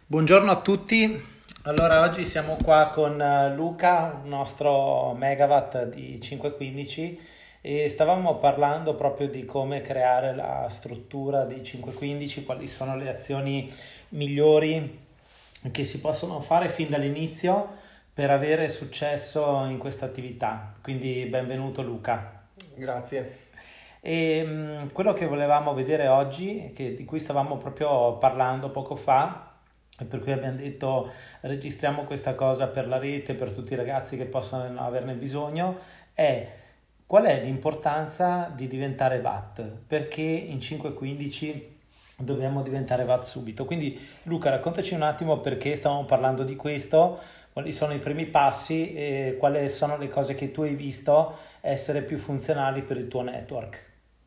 Buongiorno a tutti. Allora, oggi siamo qua con Luca, un nostro megawatt di 515 e stavamo parlando proprio di come creare la struttura di 515, quali sono le azioni migliori che si possono fare fin dall'inizio per avere successo in questa attività. Quindi benvenuto Luca. Grazie. Quello che volevamo vedere oggi, di cui stavamo proprio parlando poco fa, e per cui abbiamo detto registriamo questa cosa per la rete, per tutti i ragazzi che possono averne bisogno, è qual è l'importanza di diventare watt, perché in 515 dobbiamo diventare watt subito. Quindi Luca, raccontaci un attimo perché stavamo parlando di questo, quali sono i primi passi e quali sono le cose che tu hai visto essere più funzionali per il tuo network.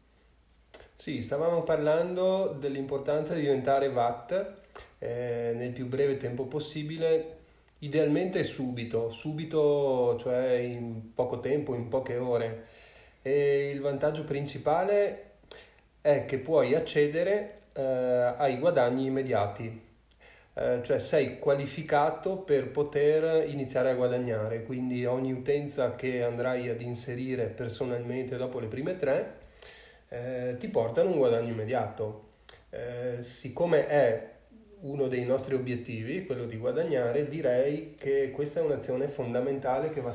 Sì, stavamo parlando dell'importanza di diventare watt nel più breve tempo possibile, idealmente subito, cioè in poco tempo, in poche ore. E il vantaggio principale è che puoi accedere ai guadagni immediati, cioè sei qualificato per poter iniziare a guadagnare, quindi ogni utenza che andrai ad inserire personalmente dopo le prime tre ti portano un guadagno immediato. Siccome è uno dei nostri obiettivi, quello di guadagnare, direi che questa è un'azione fondamentale che va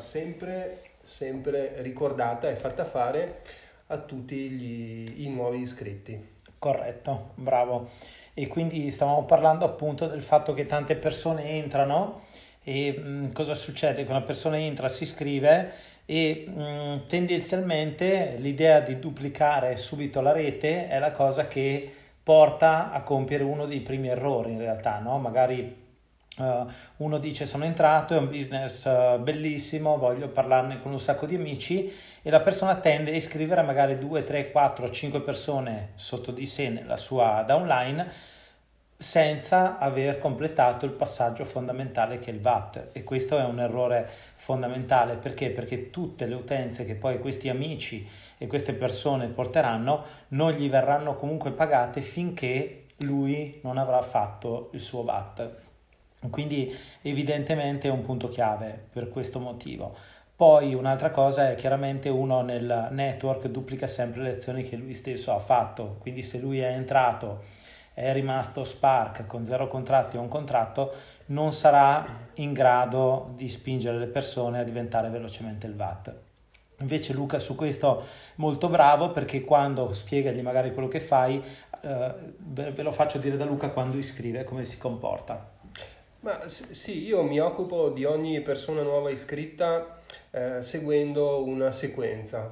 sempre ricordata e fatta fare a tutti i nuovi iscritti. Corretto, bravo. E quindi stavamo parlando appunto del fatto che tante persone entrano e cosa succede? Che una persona entra, si iscrive e tendenzialmente l'idea di duplicare subito la rete è la cosa che porta a compiere uno dei primi errori in realtà, no? Magari uno dice sono entrato, è un business bellissimo, voglio parlarne con un sacco di amici e la persona tende a iscrivere magari 2, 3, 4, 5 persone sotto di sé nella sua downline senza aver completato il passaggio fondamentale che è il VAT, e questo è un errore fondamentale. Perché? Perché tutte le utenze che poi questi amici e queste persone porteranno non gli verranno comunque pagate finché lui non avrà fatto il suo VAT. Quindi evidentemente è un punto chiave per questo motivo. Poi un'altra cosa è chiaramente uno nel network duplica sempre le azioni che lui stesso ha fatto, quindi se lui è entrato, è rimasto Spark con 0 contratti o un contratto, non sarà in grado di spingere le persone a diventare velocemente il VAT. Invece Luca su questo molto bravo, perché quando spiegagli magari quello che fai, ve lo faccio dire da Luca quando iscrive, come si comporta. Ma sì, io mi occupo di ogni persona nuova iscritta seguendo una sequenza,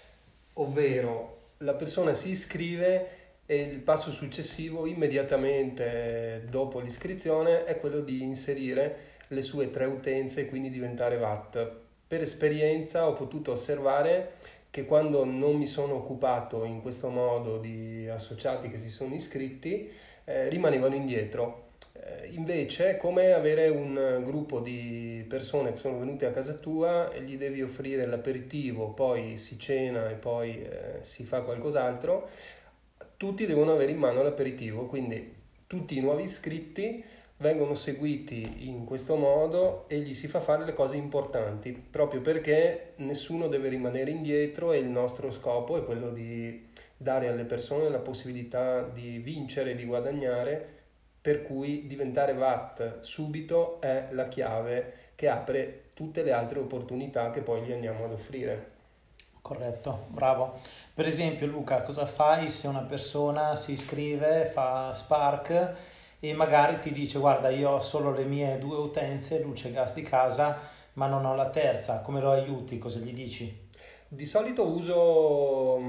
ovvero la persona si iscrive e il passo successivo immediatamente dopo l'iscrizione è quello di inserire le sue tre utenze e quindi diventare VAT. Per esperienza ho potuto osservare che quando non mi sono occupato in questo modo di associati che si sono iscritti, rimanevano indietro. Invece, come avere un gruppo di persone che sono venute a casa tua e gli devi offrire l'aperitivo, poi si cena e poi si fa qualcos'altro, tutti devono avere in mano l'aperitivo, quindi tutti i nuovi iscritti vengono seguiti in questo modo e gli si fa fare le cose importanti, proprio perché nessuno deve rimanere indietro e il nostro scopo è quello di dare alle persone la possibilità di vincere, di guadagnare, per cui diventare VAT subito è la chiave che apre tutte le altre opportunità che poi gli andiamo ad offrire. Corretto, bravo. Per esempio, Luca, cosa fai se una persona si iscrive, fa Spark e magari ti dice: Guarda, io ho solo le mie 2 utenze, luce e gas di casa, ma non ho la terza. Come lo aiuti? Cosa gli dici? Di solito uso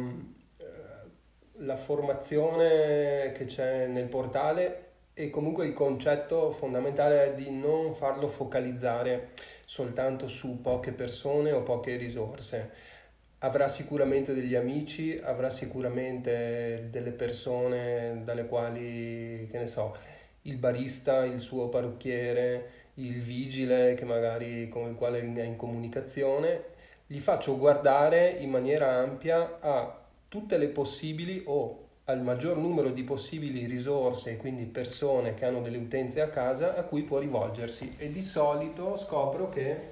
la formazione che c'è nel portale e comunque il concetto fondamentale è di non farlo focalizzare soltanto su poche persone o poche risorse. Avrà sicuramente degli amici, avrà sicuramente delle persone dalle quali, che ne so, il barista, il suo parrucchiere, il vigile che magari con il quale è in comunicazione, li faccio guardare in maniera ampia a tutte le possibili o al maggior numero di possibili risorse, quindi persone che hanno delle utenze a casa a cui può rivolgersi, e di solito scopro che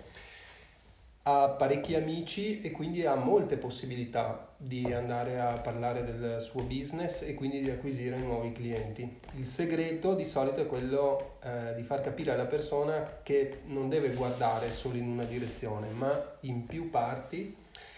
ha parecchi amici e quindi ha molte possibilità di andare a parlare del suo business e quindi di acquisire nuovi clienti. Il segreto di solito è quello di far capire alla persona che non deve guardare solo in una direzione, ma in più parti,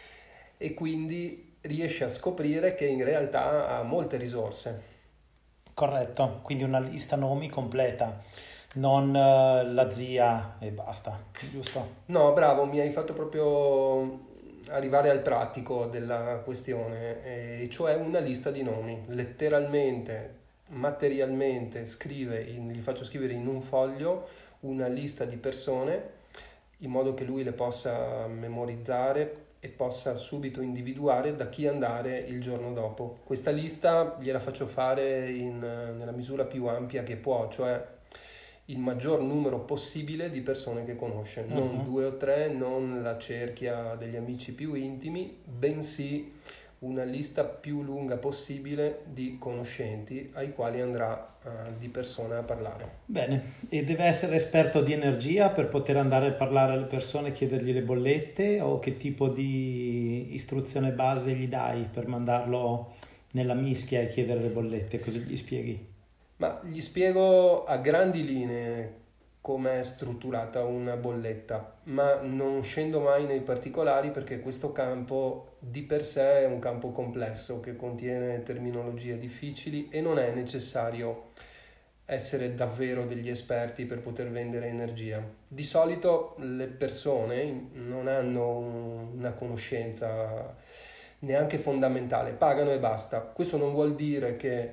e quindi riesce a scoprire che in realtà ha molte risorse. Corretto, quindi una lista nomi completa, non la zia e basta, giusto? No, bravo, mi hai fatto proprio arrivare al pratico della questione, e cioè una lista di nomi, letteralmente, materialmente gli faccio scrivere in un foglio una lista di persone in modo che lui le possa memorizzare e possa subito individuare da chi andare il giorno dopo. Questa lista gliela faccio fare nella misura più ampia che può, cioè il maggior numero possibile di persone che conosce, non 2 o 3, non la cerchia degli amici più intimi, bensì una lista più lunga possibile di conoscenti ai quali andrà di persona a parlare. Bene, e deve essere esperto di energia per poter andare a parlare alle persone e chiedergli le bollette, o che tipo di istruzione base gli dai per mandarlo nella mischia e chiedere le bollette? Cosa gli spieghi? Ma gli spiego a grandi linee come è strutturata una bolletta, ma non scendo mai nei particolari perché questo campo di per sé è un campo complesso che contiene terminologie difficili e non è necessario essere davvero degli esperti per poter vendere energia. Di solito le persone non hanno una conoscenza neanche fondamentale, pagano e basta. Questo non vuol dire che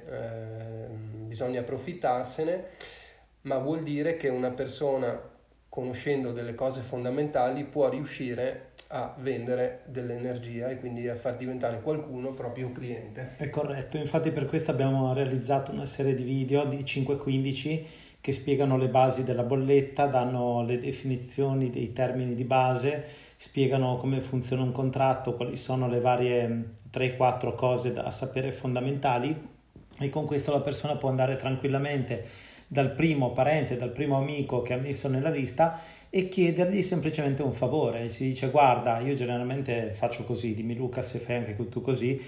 bisogna approfittarsene, ma vuol dire che una persona, conoscendo delle cose fondamentali, può riuscire a vendere dell'energia e quindi a far diventare qualcuno proprio cliente. È corretto, infatti per questo abbiamo realizzato una serie di video di 5-15 che spiegano le basi della bolletta, danno le definizioni dei termini di base, spiegano come funziona un contratto, quali sono le varie 3-4 cose da sapere fondamentali, e con questo la persona può andare tranquillamente dal primo parente, dal primo amico che ha messo nella lista e chiedergli semplicemente un favore. Si dice: guarda, io generalmente faccio così, dimmi Luca se fai anche tu così.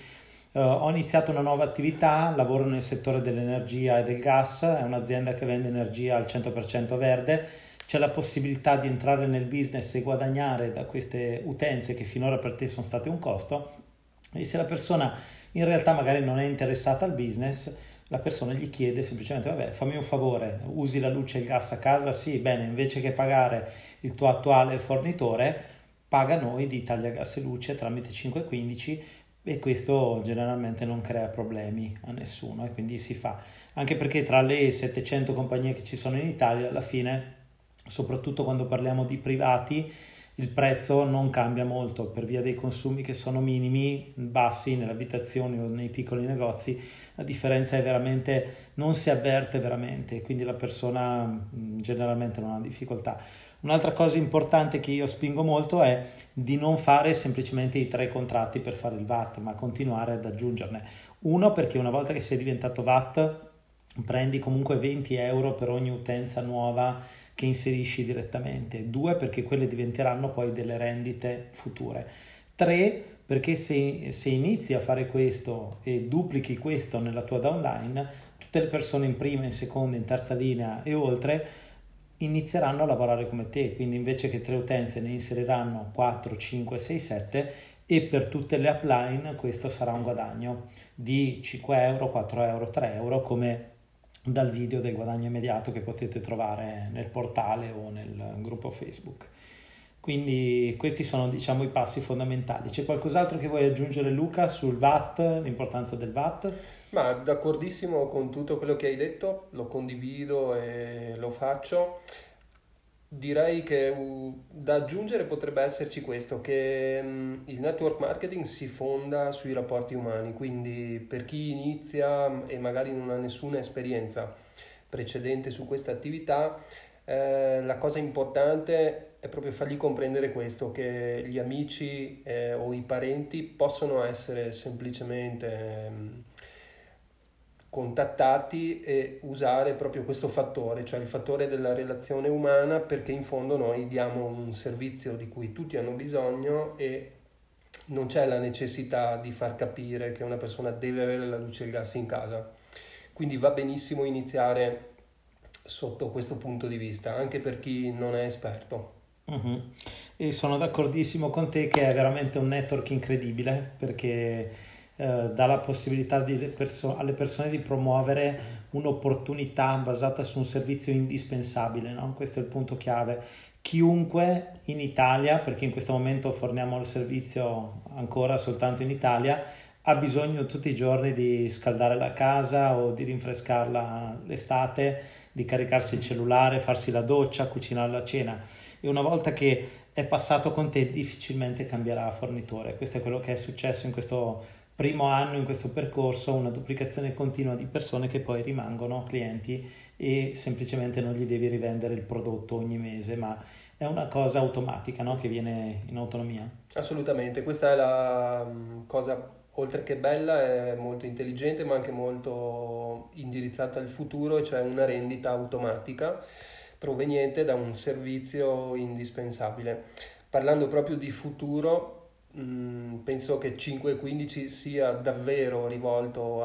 Ho iniziato una nuova attività, lavoro nel settore dell'energia e del gas, è un'azienda che vende energia al 100% verde, c'è la possibilità di entrare nel business e guadagnare da queste utenze che finora per te sono state un costo. E se la persona in realtà magari non è interessata al business, la persona gli chiede semplicemente: vabbè, fammi un favore, usi la luce e il gas a casa? Sì, bene, invece che pagare il tuo attuale fornitore, paga noi di Italia Gas e Luce tramite 515, e questo generalmente non crea problemi a nessuno e quindi si fa. Anche perché tra le 700 compagnie che ci sono in Italia, alla fine, soprattutto quando parliamo di privati, il prezzo non cambia molto per via dei consumi che sono minimi, bassi nelle abitazioni o nei piccoli negozi. La differenza è veramente, non si avverte veramente, quindi la persona generalmente non ha difficoltà. Un'altra cosa importante che io spingo molto è di non fare semplicemente i 3 contratti per fare il VAT, ma continuare ad aggiungerne. Uno, perché una volta che sei diventato VAT prendi comunque 20 euro per ogni utenza nuova che inserisci direttamente. 2, perché quelle diventeranno poi delle rendite future. 3, perché se inizi a fare questo e duplichi questo nella tua downline, tutte le persone in prima, in seconda, in terza linea e oltre inizieranno a lavorare come te, quindi invece che 3 utenze ne inseriranno 4, 5, 6, 7, e per tutte le upline questo sarà un guadagno di 5 euro, 4 euro, 3 euro, come dal video del guadagno immediato che potete trovare nel portale o nel gruppo Facebook. Quindi questi sono, diciamo, i passi fondamentali. C'è qualcos'altro che vuoi aggiungere, Luca, sul VAT, l'importanza del VAT? Ma d'accordissimo con tutto quello che hai detto, lo condivido e lo faccio. Direi che da aggiungere potrebbe esserci questo, che il network marketing si fonda sui rapporti umani, quindi per chi inizia e magari non ha nessuna esperienza precedente su questa attività, la cosa importante è proprio fargli comprendere questo, che gli amici o i parenti possono essere semplicemente contattati e usare proprio questo fattore, cioè il fattore della relazione umana, perché in fondo noi diamo un servizio di cui tutti hanno bisogno e non c'è la necessità di far capire che una persona deve avere la luce e il gas in casa. Quindi va benissimo iniziare sotto questo punto di vista, anche per chi non è esperto. Mhm. E sono d'accordissimo con te che è veramente un network incredibile perché dà la possibilità alle persone di promuovere un'opportunità basata su un servizio indispensabile, no? Questo è il punto chiave. Chiunque in Italia, perché in questo momento forniamo il servizio ancora soltanto in Italia, ha bisogno tutti i giorni di scaldare la casa o di rinfrescarla l'estate, di caricarsi il cellulare, farsi la doccia, cucinare la cena. E una volta che è passato con te difficilmente cambierà fornitore. Questo è quello che è successo in questo primo anno, in questo percorso, una duplicazione continua di persone che poi rimangono clienti e semplicemente non gli devi rivendere il prodotto ogni mese, ma è una cosa automatica, no? Che viene in autonomia. Assolutamente, questa è la cosa, oltre che bella, è molto intelligente, ma anche molto indirizzata al futuro, cioè una rendita automatica proveniente da un servizio indispensabile. Parlando proprio di futuro, penso che 5.15 sia davvero rivolto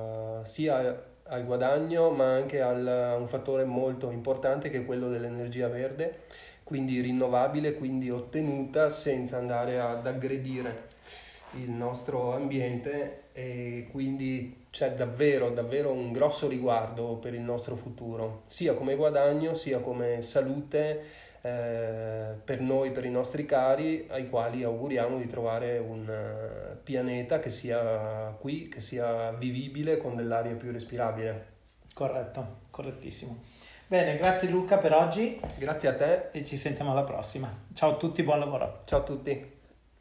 sia al guadagno, ma anche a un fattore molto importante che è quello dell'energia verde, quindi rinnovabile, quindi ottenuta senza andare ad aggredire il nostro ambiente, e quindi c'è davvero un grosso riguardo per il nostro futuro, sia come guadagno, sia come salute, per noi, per i nostri cari, ai quali auguriamo di trovare un pianeta che sia qui, che sia vivibile, con dell'aria più respirabile. Corretto, correttissimo. Bene, grazie Luca per oggi Grazie a te, e ci sentiamo alla prossima. Ciao a tutti, buon lavoro. ciao a tutti.